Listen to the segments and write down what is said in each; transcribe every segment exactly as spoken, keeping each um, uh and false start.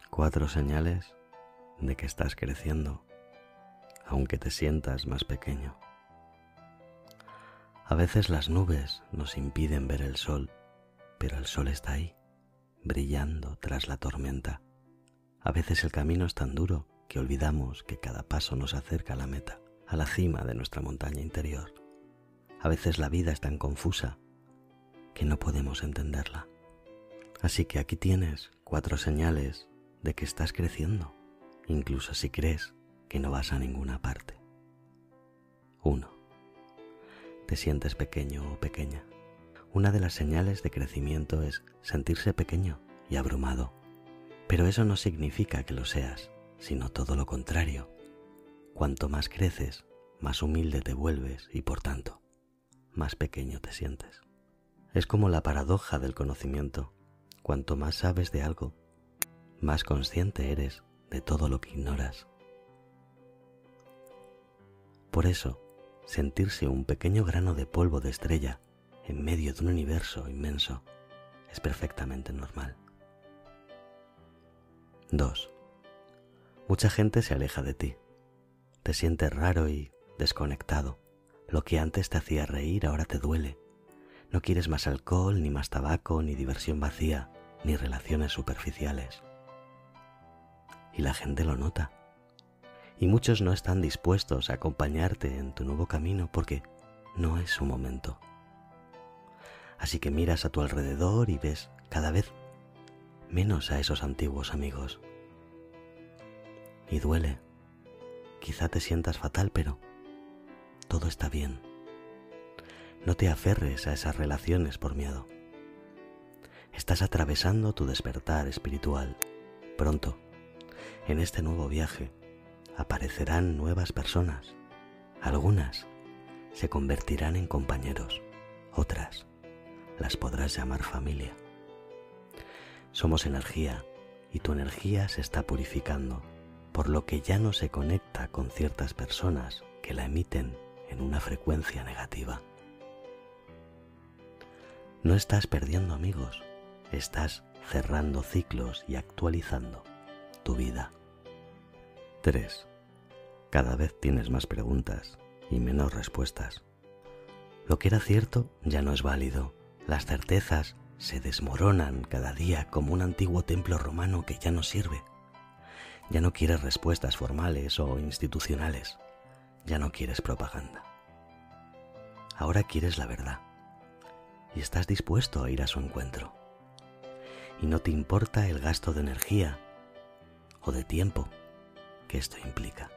Cuatro señales de que estás creciendo, aunque te sientas más pequeño. A veces las nubes nos impiden ver el sol, pero el sol está ahí, brillando tras la tormenta. A veces el camino es tan duro que olvidamos que cada paso nos acerca a la meta, a la cima de nuestra montaña interior. A veces la vida es tan confusa que no podemos entenderla. Así que aquí tienes cuatro señales de que estás creciendo, incluso si crees que no vas a ninguna parte. uno. Te sientes pequeño o pequeña. Una de las señales de crecimiento es sentirse pequeño y abrumado. Pero eso no significa que lo seas, sino todo lo contrario. Cuanto más creces, más humilde te vuelves y, por tanto, más pequeño te sientes. Es como la paradoja del conocimiento. Cuanto más sabes de algo, más consciente eres de todo lo que ignoras. Por eso, sentirse un pequeño grano de polvo de estrella en medio de un universo inmenso es perfectamente normal. dos. Mucha gente se aleja de ti. Te sientes raro y desconectado. Lo que antes te hacía reír ahora te duele. No quieres más alcohol, ni más tabaco, ni diversión vacía, ni relaciones superficiales. Y la gente lo nota. Y muchos no están dispuestos a acompañarte en tu nuevo camino porque no es su momento. Así que miras a tu alrededor y ves cada vez menos a esos antiguos amigos. Y duele. Quizá te sientas fatal, pero todo está bien. No te aferres a esas relaciones por miedo. Estás atravesando tu despertar espiritual. Pronto, en este nuevo viaje, aparecerán nuevas personas. Algunas se convertirán en compañeros, otras las podrás llamar familia. Somos energía y tu energía se está purificando, por lo que ya no se conecta con ciertas personas que la emiten en una frecuencia negativa. No estás perdiendo amigos, estás cerrando ciclos y actualizando tu vida. tres. Cada vez tienes más preguntas y menos respuestas. Lo que era cierto ya no es válido. Las certezas se desmoronan cada día como un antiguo templo romano que ya no sirve. Ya no quieres respuestas formales o institucionales. Ya no quieres propaganda. Ahora quieres la verdad. Y estás dispuesto a ir a su encuentro. Y no te importa el gasto de energía o de tiempo que esto implica.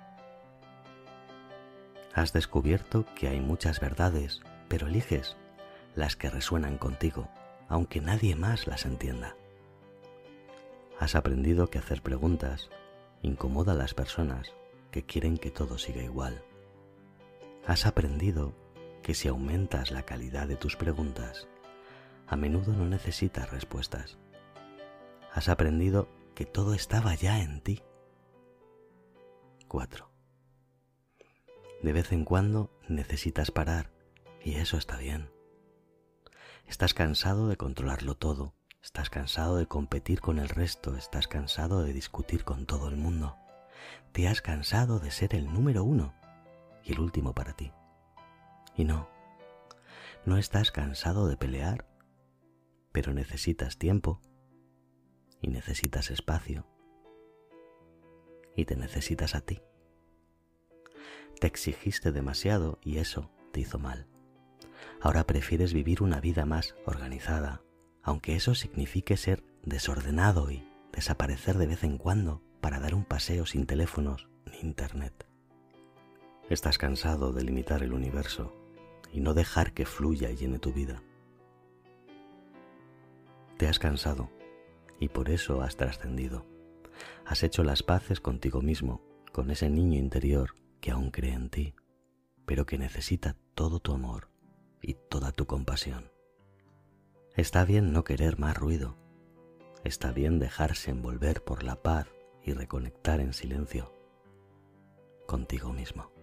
Has descubierto que hay muchas verdades, pero eliges las que resuenan contigo, aunque nadie más las entienda. Has aprendido que hacer preguntas incomoda a las personas que quieren que todo siga igual. Has aprendido que si aumentas la calidad de tus preguntas, a menudo no necesitas respuestas. Has aprendido que todo estaba ya en ti. cuatro. De vez en cuando necesitas parar, y eso está bien. Estás cansado de controlarlo todo, estás cansado de competir con el resto, estás cansado de discutir con todo el mundo. Te has cansado de ser el número uno y el último para ti. Y no, no estás cansado de pelear, pero necesitas tiempo y necesitas espacio y te necesitas a ti. Te exigiste demasiado y eso te hizo mal. Ahora prefieres vivir una vida más organizada, aunque eso signifique ser desordenado y desaparecer de vez en cuando para dar un paseo sin teléfonos ni internet. Estás cansado de limitar el universo y no dejar que fluya y llene tu vida. Te has cansado y por eso has trascendido. Has hecho las paces contigo mismo, con ese niño interior que aún cree en ti, pero que necesita todo tu amor y toda tu compasión. Está bien no querer más ruido. Está bien dejarse envolver por la paz y reconectar en silencio contigo mismo.